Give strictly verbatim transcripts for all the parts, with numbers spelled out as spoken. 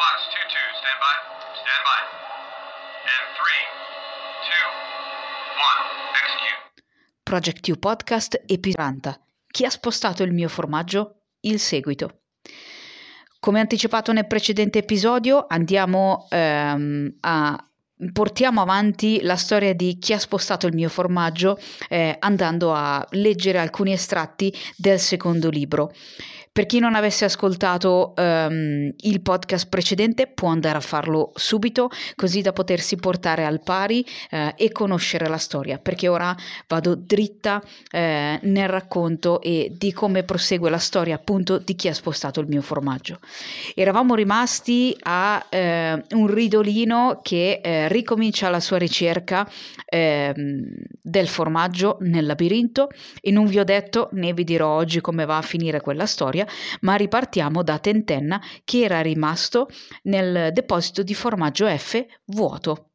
Fox two two, stand by. Stand by. And three, two, one, execute. Project U Podcast, episodio quaranta. Chi ha spostato il mio formaggio? Il seguito. Come anticipato nel precedente episodio, andiamo ehm, a portiamo avanti la storia di chi ha spostato il mio formaggio eh, andando a leggere alcuni estratti del secondo libro. Per chi non avesse ascoltato um, il podcast precedente può andare a farlo subito, così da potersi portare al pari uh, e conoscere la storia, perché ora vado dritta uh, nel racconto e di come prosegue la storia appunto di chi ha spostato il mio formaggio. Eravamo rimasti a uh, un ridolino che uh, ricomincia la sua ricerca uh, del formaggio nel labirinto e non vi ho detto né vi dirò oggi come va a finire quella storia, ma ripartiamo da Tentenna che era rimasto nel deposito di formaggio F vuoto.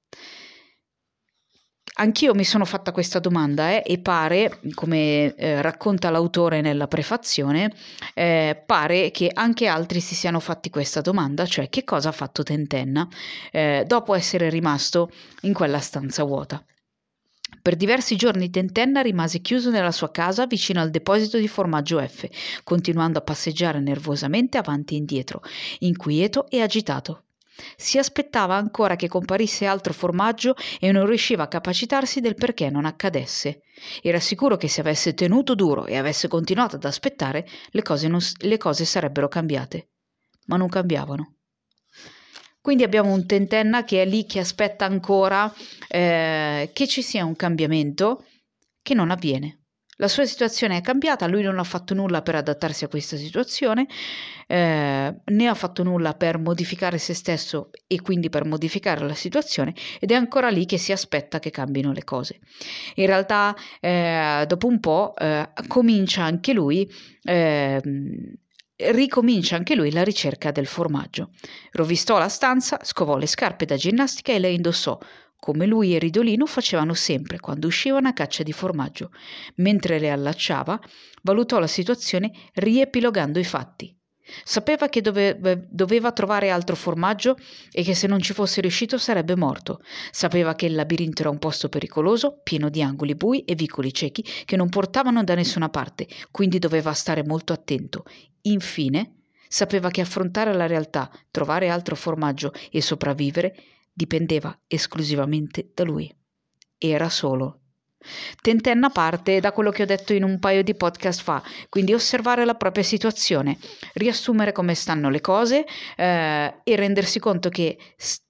Anch'io mi sono fatta questa domanda eh, e pare, come eh, racconta l'autore nella prefazione, eh, pare che anche altri si siano fatti questa domanda, cioè che cosa ha fatto Tentenna eh, dopo essere rimasto in quella stanza vuota. Per diversi giorni Tentenna rimase chiuso nella sua casa vicino al deposito di formaggio F, continuando a passeggiare nervosamente avanti e indietro, inquieto e agitato. Si aspettava ancora che comparisse altro formaggio e non riusciva a capacitarsi del perché non accadesse. Era sicuro che se avesse tenuto duro e avesse continuato ad aspettare, le cose, non, le cose sarebbero cambiate. Ma non cambiavano. Quindi abbiamo un Tentenna che è lì che aspetta ancora eh, che ci sia un cambiamento che non avviene. La sua situazione è cambiata, lui non ha fatto nulla per adattarsi a questa situazione, eh, né ha fatto nulla per modificare se stesso e quindi per modificare la situazione ed è ancora lì che si aspetta che cambino le cose. In realtà eh, dopo un po' eh, comincia anche lui eh, ricomincia anche lui la ricerca del formaggio. Rovistò la stanza, scovò le scarpe da ginnastica e le indossò, come lui e Ridolino facevano sempre quando uscivano a caccia di formaggio. Mentre le allacciava, valutò la situazione riepilogando i fatti. Sapeva che dove, doveva trovare altro formaggio e che se non ci fosse riuscito sarebbe morto. Sapeva che il labirinto era un posto pericoloso, pieno di angoli bui e vicoli ciechi che non portavano da nessuna parte, quindi doveva stare molto attento. Infine, sapeva che affrontare la realtà, trovare altro formaggio e sopravvivere dipendeva esclusivamente da lui. Era solo. Tentenna parte da quello che ho detto in un paio di podcast fa, quindi osservare la propria situazione, riassumere come stanno le cose eh, e rendersi conto che st-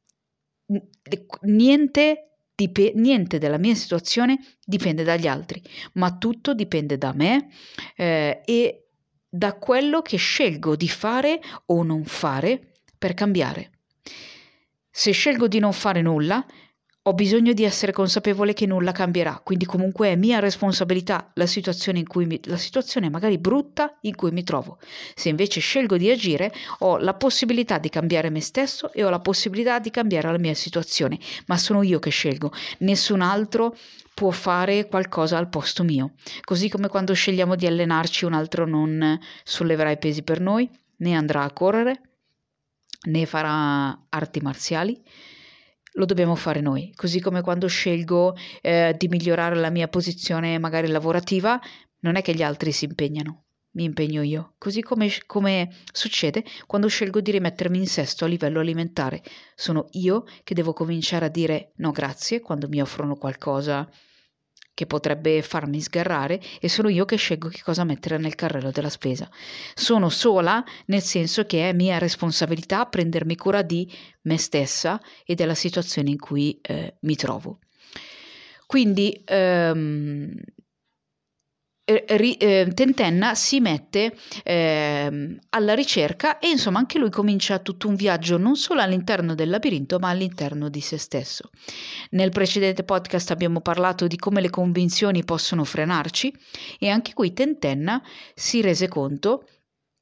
niente, dip- niente della mia situazione dipende dagli altri, ma tutto dipende da me eh, e da quello che scelgo di fare o non fare per cambiare. Se scelgo di non fare nulla, ho bisogno di essere consapevole che nulla cambierà, quindi comunque è mia responsabilità la situazione in cui mi, la situazione magari brutta in cui mi trovo. Se invece scelgo di agire, ho la possibilità di cambiare me stesso e ho la possibilità di cambiare la mia situazione, ma sono io che scelgo, nessun altro può fare qualcosa al posto mio. Così come quando scegliamo di allenarci, un altro non solleverà i pesi per noi, né andrà a correre, né farà arti marziali. Lo dobbiamo fare noi, così come quando scelgo eh, di migliorare la mia posizione magari lavorativa, non è che gli altri si impegnano, mi impegno io, così come, come succede quando scelgo di rimettermi in sesto a livello alimentare. Sono io che devo cominciare a dire no grazie quando mi offrono qualcosa che potrebbe farmi sgarrare e sono io che scelgo che cosa mettere nel carrello della spesa. Sono sola nel senso che è mia responsabilità prendermi cura di me stessa e della situazione in cui eh, mi trovo. Quindi ehm, ri, eh, Tentenna si mette eh, alla ricerca e insomma anche lui comincia tutto un viaggio non solo all'interno del labirinto ma all'interno di se stesso. Nel precedente podcast abbiamo parlato di come le convinzioni possono frenarci e anche qui Tentenna si rese conto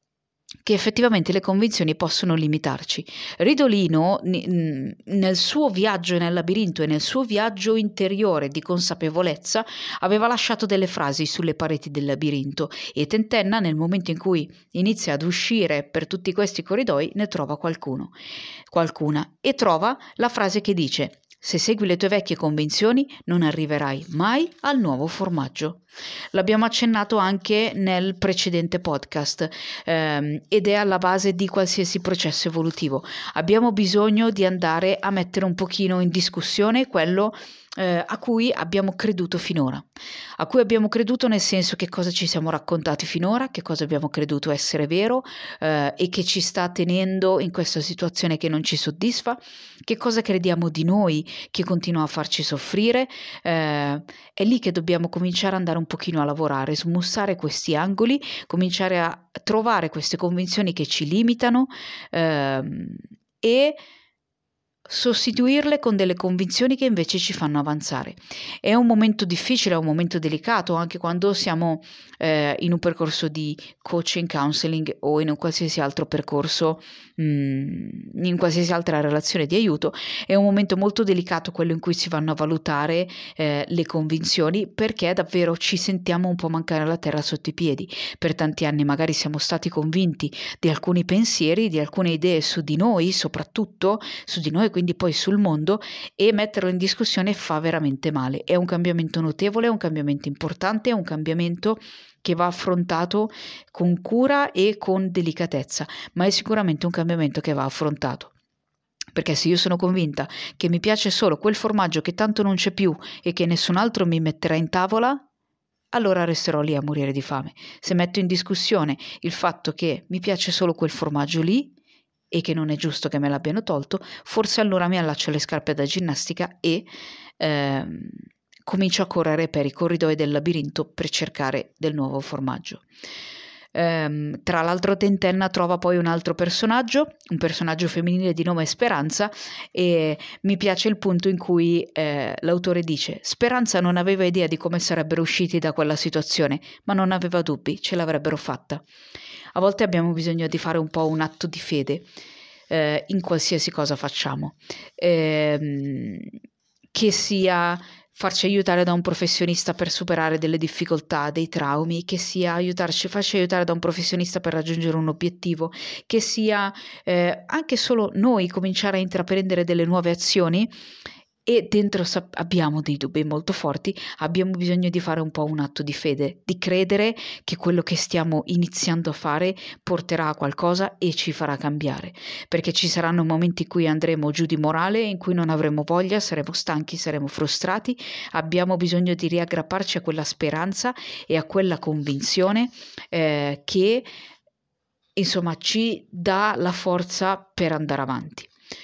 che effettivamente le convinzioni possono limitarci. Ridolino, nel suo viaggio nel labirinto e nel suo viaggio interiore di consapevolezza, aveva lasciato delle frasi sulle pareti del labirinto, e Tentenna, nel momento in cui inizia ad uscire per tutti questi corridoi, ne trova qualcuno, qualcuna, e trova la frase che dice: se segui le tue vecchie convinzioni non arriverai mai al nuovo formaggio. L'abbiamo accennato anche nel precedente podcast, ehm, ed è alla base di qualsiasi processo evolutivo. Abbiamo bisogno di andare a mettere un pochino in discussione quello eh, a cui abbiamo creduto finora, a cui abbiamo creduto nel senso che cosa ci siamo raccontati finora, che cosa abbiamo creduto essere vero eh, e che ci sta tenendo in questa situazione che non ci soddisfa, che cosa crediamo di noi che continua a farci soffrire. Eh, è lì che dobbiamo cominciare ad andare un pochino a lavorare, smussare questi angoli, cominciare a trovare queste convinzioni che ci limitano ehm, e sostituirle con delle convinzioni che invece ci fanno avanzare. È un momento difficile, è un momento delicato, anche quando siamo eh, in un percorso di coaching, counseling o in un qualsiasi altro percorso, mh, in qualsiasi altra relazione di aiuto. È un momento molto delicato quello in cui si vanno a valutare eh, le convinzioni, perché davvero ci sentiamo un po' mancare la terra sotto i piedi. Per tanti anni magari siamo stati convinti di alcuni pensieri, di alcune idee su di noi, soprattutto su di noi, quindi poi sul mondo, e metterlo in discussione fa veramente male. È un cambiamento notevole, è un cambiamento importante, è un cambiamento che va affrontato con cura e con delicatezza, ma è sicuramente un cambiamento che va affrontato. Perché se io sono convinta che mi piace solo quel formaggio che tanto non c'è più e che nessun altro mi metterà in tavola, allora resterò lì a morire di fame. Se metto in discussione il fatto che mi piace solo quel formaggio lì e che non è giusto che me l'abbiano tolto, forse allora mi allaccio le scarpe da ginnastica e ehm, comincio a correre per i corridoi del labirinto per cercare del nuovo formaggio. Um, tra l'altro Tentenna trova poi un altro personaggio, un personaggio femminile di nome Speranza, e mi piace il punto in cui eh, l'autore dice: Speranza non aveva idea di come sarebbero usciti da quella situazione, ma non aveva dubbi, ce l'avrebbero fatta. A volte abbiamo bisogno di fare un po' un atto di fede eh, in qualsiasi cosa facciamo, eh, che sia farci aiutare da un professionista per superare delle difficoltà, dei traumi, che sia aiutarci, farci aiutare da un professionista per raggiungere un obiettivo, che sia eh, anche solo noi cominciare a intraprendere delle nuove azioni. E dentro abbiamo dei dubbi molto forti, abbiamo bisogno di fare un po' un atto di fede, di credere che quello che stiamo iniziando a fare porterà a qualcosa e ci farà cambiare, perché ci saranno momenti in cui andremo giù di morale, in cui non avremo voglia, saremo stanchi, saremo frustrati. Abbiamo bisogno di riaggrapparci a quella speranza e a quella convinzione eh, che insomma ci dà la forza per andare avanti.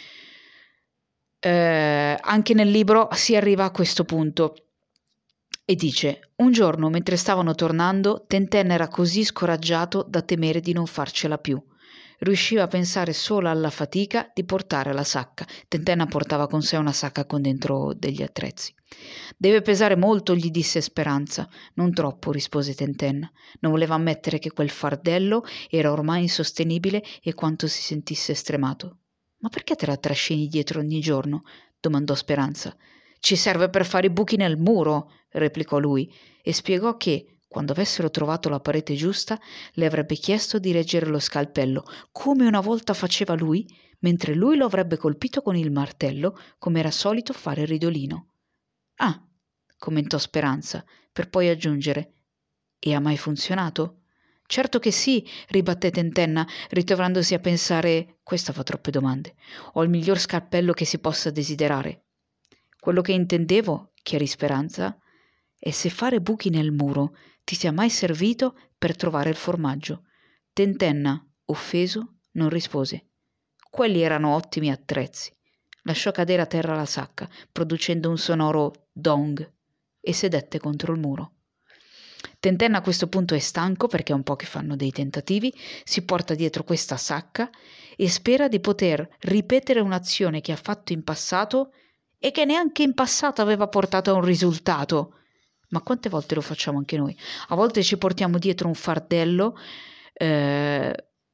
Eh, anche nel libro si arriva a questo punto e dice: un giorno mentre stavano tornando, Tentenna era così scoraggiato da temere di non farcela più. Riusciva a pensare solo alla fatica di portare la sacca. Tentenna portava con sé una sacca con dentro degli attrezzi. Deve pesare molto, gli disse Speranza. Non troppo, rispose Tentenna. Non voleva ammettere che quel fardello era ormai insostenibile e quanto si sentisse stremato. Ma perché te la trascini dietro ogni giorno? Domandò Speranza. Ci serve per fare i buchi nel muro, replicò lui, e spiegò che, quando avessero trovato la parete giusta, le avrebbe chiesto di reggere lo scalpello, come una volta faceva lui, mentre lui lo avrebbe colpito con il martello, come era solito fare Ridolino. Ah, commentò Speranza, per poi aggiungere: e ha mai funzionato? Certo che sì, ribatté Tentenna, ritrovandosi a pensare: questa fa troppe domande. Ho il miglior scalpello che si possa desiderare. Quello che intendevo, chiarì Speranza, è se fare buchi nel muro ti sia mai servito per trovare il formaggio. Tentenna, offeso, non rispose. Quelli erano ottimi attrezzi. Lasciò cadere a terra la sacca, producendo un sonoro dong, e sedette contro il muro. Tentenna a questo punto è stanco, perché è un po' che fanno dei tentativi, si porta dietro questa sacca e spera di poter ripetere un'azione che ha fatto in passato e che neanche in passato aveva portato a un risultato. Ma quante volte lo facciamo anche noi? A volte ci portiamo dietro un fardello eh,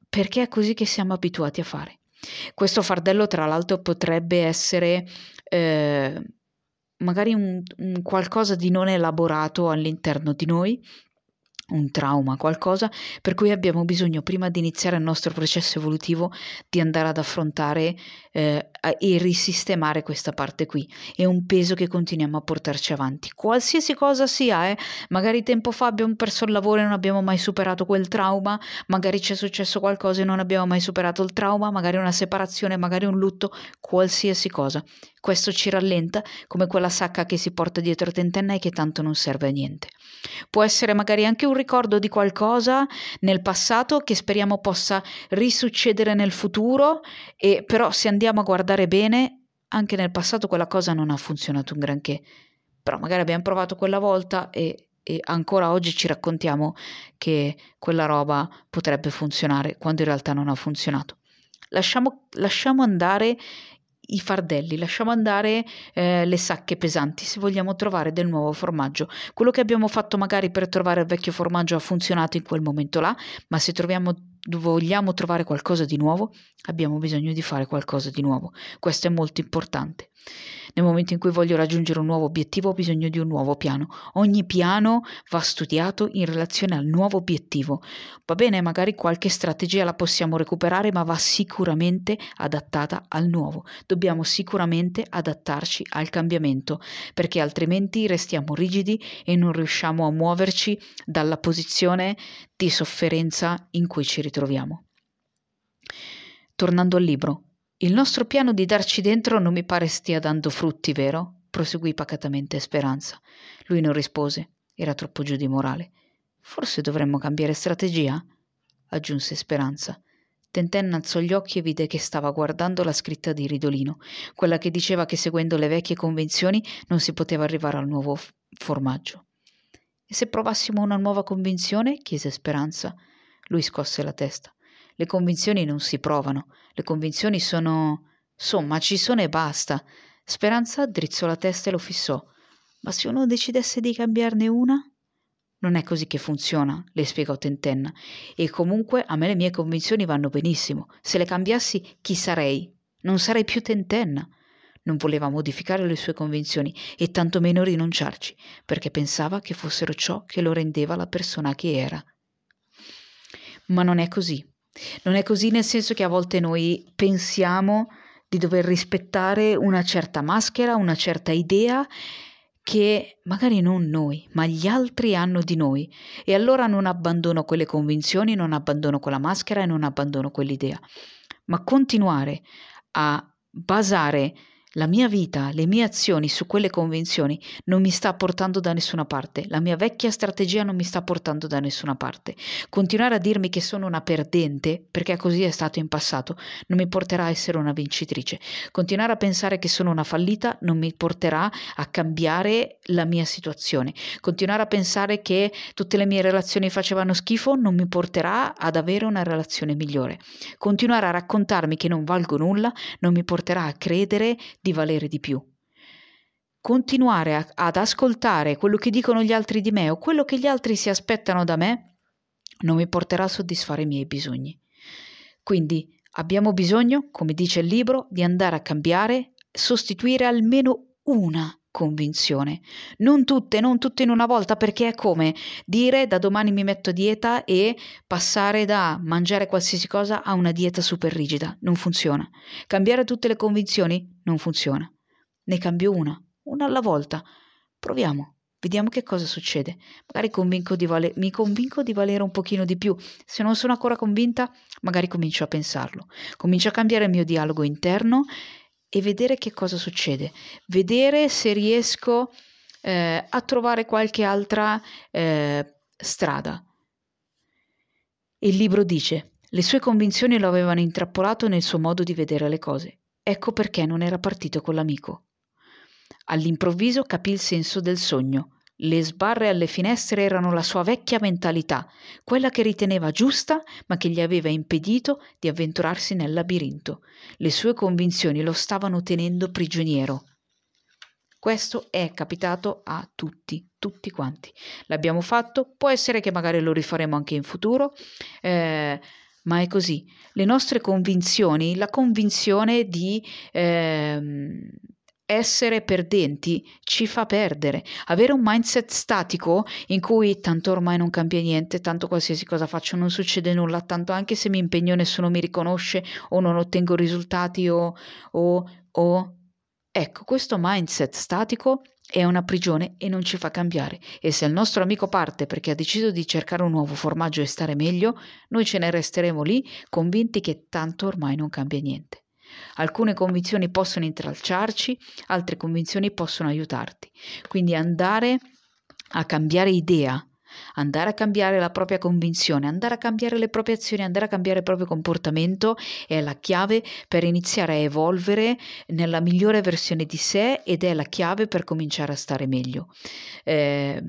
perché è così che siamo abituati a fare. Questo fardello, tra l'altro, potrebbe essere eh, magari un, un qualcosa di non elaborato all'interno di noi, un trauma, qualcosa per cui abbiamo bisogno, prima di iniziare il nostro processo evolutivo, di andare ad affrontare eh, e risistemare questa parte qui. È un peso che continuiamo a portarci avanti, qualsiasi cosa sia, eh. Magari tempo fa abbiamo perso il lavoro e non abbiamo mai superato quel trauma, magari ci è successo qualcosa e non abbiamo mai superato il trauma, magari una separazione, magari un lutto, qualsiasi cosa. Questo ci rallenta, come quella sacca che si porta dietro tentenna e che tanto non serve a niente. Può essere magari anche un ricordo di qualcosa nel passato che speriamo possa risuccedere nel futuro, e però se andiamo a guardare bene, anche nel passato quella cosa non ha funzionato un granché. Però magari abbiamo provato quella volta e, e ancora oggi ci raccontiamo che quella roba potrebbe funzionare, quando in realtà non ha funzionato. Lasciamo, lasciamo andare i fardelli, lasciamo andare eh, le sacche pesanti se vogliamo trovare del nuovo formaggio. Quello che abbiamo fatto magari per trovare il vecchio formaggio ha funzionato in quel momento là, ma se troviamo, vogliamo trovare qualcosa di nuovo, abbiamo bisogno di fare qualcosa di nuovo. Questo è molto importante. Nel momento in cui voglio raggiungere un nuovo obiettivo ho bisogno di un nuovo piano. Ogni piano va studiato in relazione al nuovo obiettivo. Va bene, magari qualche strategia la possiamo recuperare, ma va sicuramente adattata al nuovo. Dobbiamo sicuramente adattarci al cambiamento, perché altrimenti restiamo rigidi e non riusciamo a muoverci dalla posizione di sofferenza in cui ci ritroviamo. Tornando al libro. Il nostro piano di darci dentro non mi pare stia dando frutti, vero? Proseguì pacatamente Speranza. Lui non rispose, era troppo giù di morale. Forse dovremmo cambiare strategia? Aggiunse Speranza. Tentenna alzò gli occhi e vide che stava guardando la scritta di Ridolino, quella che diceva che seguendo le vecchie convenzioni non si poteva arrivare al nuovo f- formaggio. E se provassimo una nuova convinzione? Chiese Speranza. Lui scosse la testa. Le convinzioni non si provano, le convinzioni sono... Insomma, ci sono e basta. Speranza drizzò la testa e lo fissò. Ma se uno decidesse di cambiarne una? Non è così che funziona, le spiegò Tentenna. E comunque a me le mie convinzioni vanno benissimo. Se le cambiassi, chi sarei? Non sarei più Tentenna. Non voleva modificare le sue convinzioni e tantomeno rinunciarci, perché pensava che fossero ciò che lo rendeva la persona che era. Ma non è così. Non è così, nel senso che a volte noi pensiamo di dover rispettare una certa maschera, una certa idea che magari non noi, ma gli altri hanno di noi, e allora non abbandono quelle convinzioni, non abbandono quella maschera e non abbandono quell'idea. Ma continuare a basare la mia vita, le mie azioni su quelle convinzioni non mi sta portando da nessuna parte. La mia vecchia strategia non mi sta portando da nessuna parte. Continuare a dirmi che sono una perdente, perché così è stato in passato, non mi porterà a essere una vincitrice. Continuare a pensare che sono una fallita non mi porterà a cambiare la mia situazione. Continuare a pensare che tutte le mie relazioni facevano schifo non mi porterà ad avere una relazione migliore. Continuare a raccontarmi che non valgo nulla non mi porterà a credere di valere di più. Continuare a, ad ascoltare quello che dicono gli altri di me o quello che gli altri si aspettano da me non mi porterà a soddisfare i miei bisogni. Quindi abbiamo bisogno, come dice il libro, di andare a cambiare, sostituire almeno una convinzione. Non tutte, non tutte in una volta, perché è come dire da domani mi metto a dieta e passare da mangiare qualsiasi cosa a una dieta super rigida. Non funziona. Cambiare tutte le convinzioni non funziona. Ne cambio una, una alla volta. Proviamo. Vediamo che cosa succede. Magari convinco di vale- mi convinco di valere un pochino di più. Se non sono ancora convinta, magari comincio a pensarlo. Comincio a cambiare il mio dialogo interno e vedere che cosa succede. Vedere se riesco eh, a trovare qualche altra eh, strada. Il libro dice: le sue convinzioni lo avevano intrappolato nel suo modo di vedere le cose. Ecco perché non era partito con l'amico. All'improvviso capì il senso del sogno. Le sbarre alle finestre erano la sua vecchia mentalità, quella che riteneva giusta ma che gli aveva impedito di avventurarsi nel labirinto. Le sue convinzioni lo stavano tenendo prigioniero. Questo è capitato a tutti, tutti quanti. L'abbiamo fatto, può essere che magari lo rifaremo anche in futuro, eh, ma è così. Le nostre convinzioni, la convinzione di ehm, essere perdenti ci fa perdere. Avere un mindset statico in cui tanto ormai non cambia niente, tanto qualsiasi cosa faccio non succede nulla, tanto anche se mi impegno nessuno mi riconosce o non ottengo risultati o, o, o... Ecco, questo mindset statico è una prigione e non ci fa cambiare. E se il nostro amico parte perché ha deciso di cercare un nuovo formaggio e stare meglio, noi ce ne resteremo lì convinti che tanto ormai non cambia niente. Alcune convinzioni possono intralciarci, altre convinzioni possono aiutarti. Quindi andare a cambiare idea, andare a cambiare la propria convinzione, andare a cambiare le proprie azioni, andare a cambiare il proprio comportamento è la chiave per iniziare a evolvere nella migliore versione di sé ed è la chiave per cominciare a stare meglio. Eh,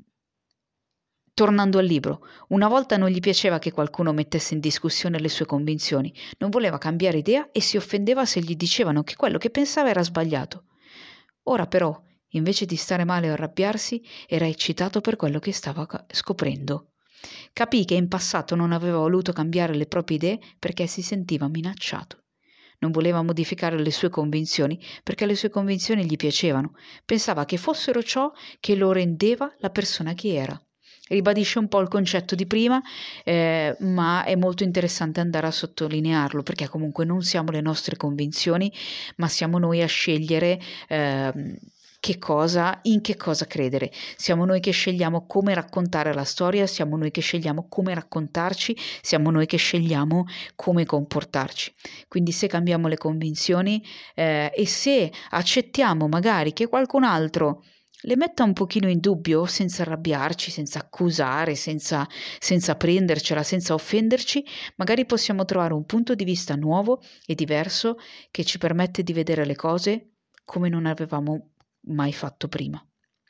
Tornando al libro, una volta non gli piaceva che qualcuno mettesse in discussione le sue convinzioni, non voleva cambiare idea e si offendeva se gli dicevano che quello che pensava era sbagliato. Ora però, invece di stare male o arrabbiarsi, era eccitato per quello che stava scoprendo. Capì che in passato non aveva voluto cambiare le proprie idee perché si sentiva minacciato. Non voleva modificare le sue convinzioni perché le sue convinzioni gli piacevano, pensava che fossero ciò che lo rendeva la persona che era. Ribadisce un po' il concetto di prima, eh, ma è molto interessante andare a sottolinearlo perché comunque non siamo le nostre convinzioni, ma siamo noi a scegliere eh, che cosa, in che cosa credere. Siamo noi che scegliamo come raccontare la storia, siamo noi che scegliamo come raccontarci, siamo noi che scegliamo come comportarci. Quindi se cambiamo le convinzioni eh, e se accettiamo magari che qualcun altro le metta un pochino in dubbio senza arrabbiarci, senza accusare, senza, senza prendercela, senza offenderci, magari possiamo trovare un punto di vista nuovo e diverso che ci permette di vedere le cose come non avevamo mai fatto prima.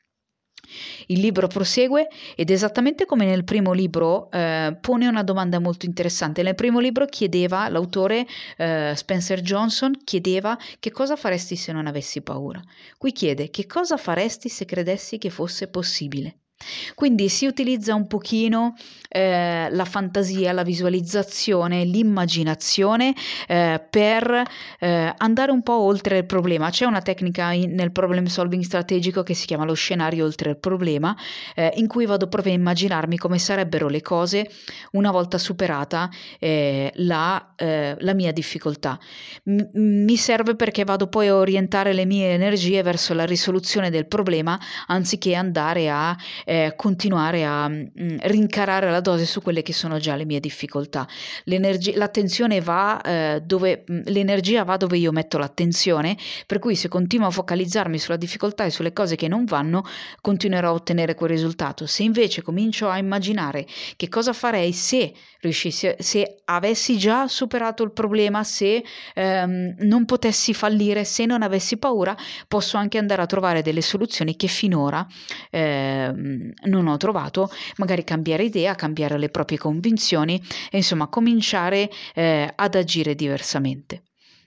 Il libro prosegue ed esattamente come nel primo libro eh, pone una domanda molto interessante. Nel primo libro chiedeva, l'autore eh, Spencer Johnson chiedeva che cosa faresti se non avessi paura. Qui chiede che cosa faresti se credessi che fosse possibile. Quindi si utilizza un pochino eh, la fantasia, la visualizzazione, l'immaginazione eh, per eh, andare un po' oltre il problema. C'è una tecnica in, nel problem solving strategico che si chiama lo scenario oltre il problema, eh, in cui vado proprio a immaginarmi come sarebbero le cose una volta superata eh, la, eh, la mia difficoltà. M- mi serve perché vado poi a orientare le mie energie verso la risoluzione del problema anziché andare a Eh, continuare a mh, rincarare la dose su quelle che sono già le mie difficoltà. L'energia, l'attenzione va eh, dove mh, l'energia va dove io metto l'attenzione, per cui se continuo a focalizzarmi sulla difficoltà e sulle cose che non vanno, continuerò a ottenere quel risultato. Se invece comincio a immaginare che cosa farei se riuscissi, se avessi già superato il problema, se ehm, non potessi fallire, se non avessi paura, posso anche andare a trovare delle soluzioni che finora ehm, non ho trovato, magari cambiare idea, cambiare le proprie convinzioni e insomma cominciare eh, ad agire diversamente.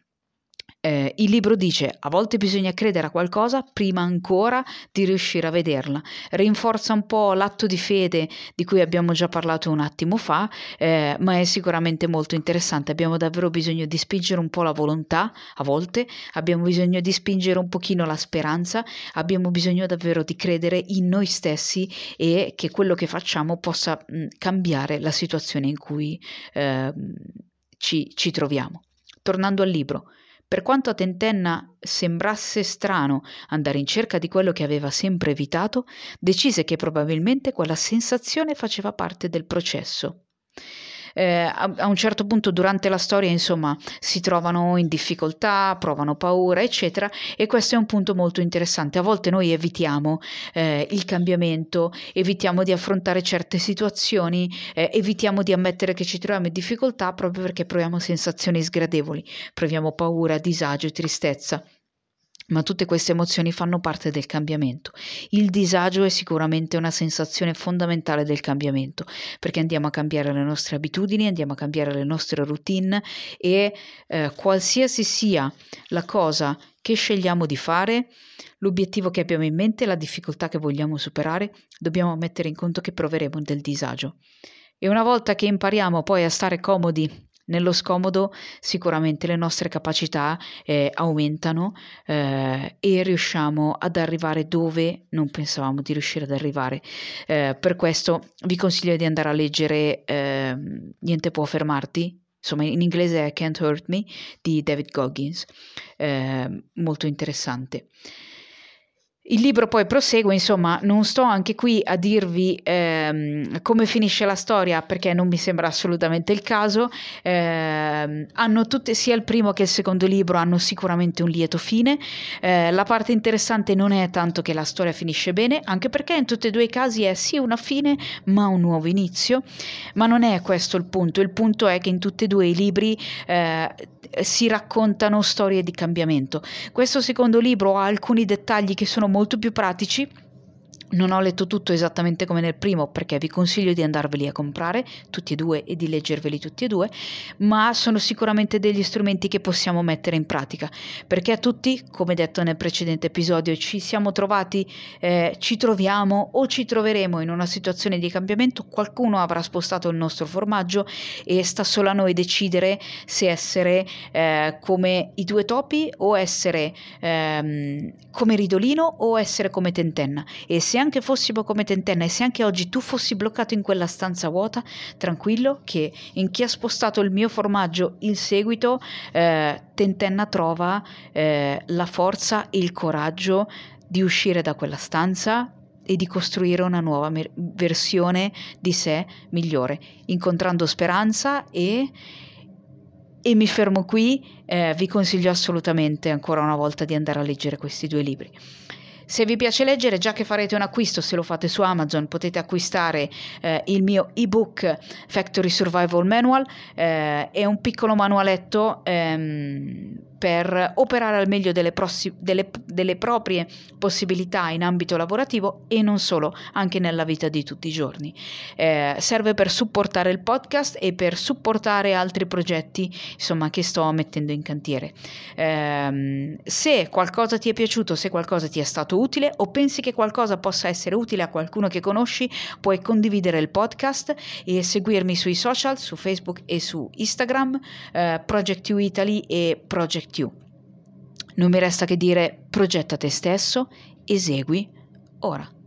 Eh, il libro dice: a volte bisogna credere a qualcosa prima ancora di riuscire a vederla. Rinforza un po' l'atto di fede di cui abbiamo già parlato un attimo fa, eh, ma è sicuramente molto interessante. Abbiamo davvero bisogno di spingere un po' la volontà, a volte abbiamo bisogno di spingere un pochino la speranza, abbiamo bisogno davvero di credere in noi stessi e che quello che facciamo possa mh, cambiare la situazione in cui eh, ci, ci troviamo. Tornando al libro. Per quanto a Tentenna sembrasse strano andare in cerca di quello che aveva sempre evitato, decise che probabilmente quella sensazione faceva parte del processo. Eh, a, a un certo punto durante la storia, insomma, si trovano in difficoltà, provano paura, eccetera, e questo è un punto molto interessante. A volte noi evitiamo eh, il cambiamento, evitiamo di affrontare certe situazioni, eh, evitiamo di ammettere che ci troviamo in difficoltà proprio perché proviamo sensazioni sgradevoli, proviamo paura, disagio, tristezza. Ma tutte queste emozioni fanno parte del cambiamento. Il disagio è sicuramente una sensazione fondamentale del cambiamento, perché andiamo a cambiare le nostre abitudini, andiamo a cambiare le nostre routine e eh, qualsiasi sia la cosa che scegliamo di fare, l'obiettivo che abbiamo in mente, la difficoltà che vogliamo superare, dobbiamo mettere in conto che proveremo del disagio. E una volta che impariamo poi a stare comodi nello scomodo, sicuramente le nostre capacità eh, aumentano eh, e riusciamo ad arrivare dove non pensavamo di riuscire ad arrivare. Eh, per questo vi consiglio di andare a leggere eh, Niente può fermarti, insomma in inglese è Can't Hurt Me, di David Goggins, eh, molto interessante. Il libro poi prosegue, insomma, non sto anche qui a dirvi ehm, come finisce la storia perché non mi sembra assolutamente il caso. Eh, hanno tutte, sia il primo che il secondo libro hanno sicuramente un lieto fine. Eh, la parte interessante non è tanto che la storia finisce bene, anche perché in tutti e due i casi è sì una fine, ma un nuovo inizio. Ma non è questo il punto. Il punto è che in tutti e due i libri eh, si raccontano storie di cambiamento. Questo secondo libro ha alcuni dettagli che sono molto più pratici. Non ho letto tutto esattamente come nel primo perché vi consiglio di andarveli a comprare tutti e due e di leggerveli tutti e due, ma sono sicuramente degli strumenti che possiamo mettere in pratica, perché a tutti, come detto nel precedente episodio, ci siamo trovati, eh, ci troviamo o ci troveremo in una situazione di cambiamento. Qualcuno avrà spostato il nostro formaggio e sta solo a noi decidere se essere eh, come i due topi o essere ehm, come Ridolino o essere come Tentenna. E se anche fossimo come Tentenna e se anche oggi tu fossi bloccato in quella stanza vuota, tranquillo che in chi ha spostato il mio formaggio in seguito, eh, Tentenna trova eh, la forza e il coraggio di uscire da quella stanza e di costruire una nuova mer- versione di sé migliore, incontrando speranza e... E mi fermo qui, eh, vi consiglio assolutamente ancora una volta di andare a leggere questi due libri. Se vi piace leggere, già che farete un acquisto, se lo fate su Amazon, potete acquistare eh, il mio ebook Factory Survival Manual. Eh, è un piccolo manualetto ehm, per operare al meglio delle, prossi- delle, delle proprie possibilità in ambito lavorativo e non solo, anche nella vita di tutti i giorni. Eh, serve per supportare il podcast e per supportare altri progetti, insomma, che sto mettendo in cantiere. Eh, se qualcosa ti è piaciuto, se qualcosa ti è stato utile o pensi che qualcosa possa essere utile a qualcuno che conosci, puoi condividere il podcast e seguirmi sui social, su Facebook e su Instagram, eh, Project You Italy e Project You. Non mi resta che dire: progetta te stesso, esegui ora.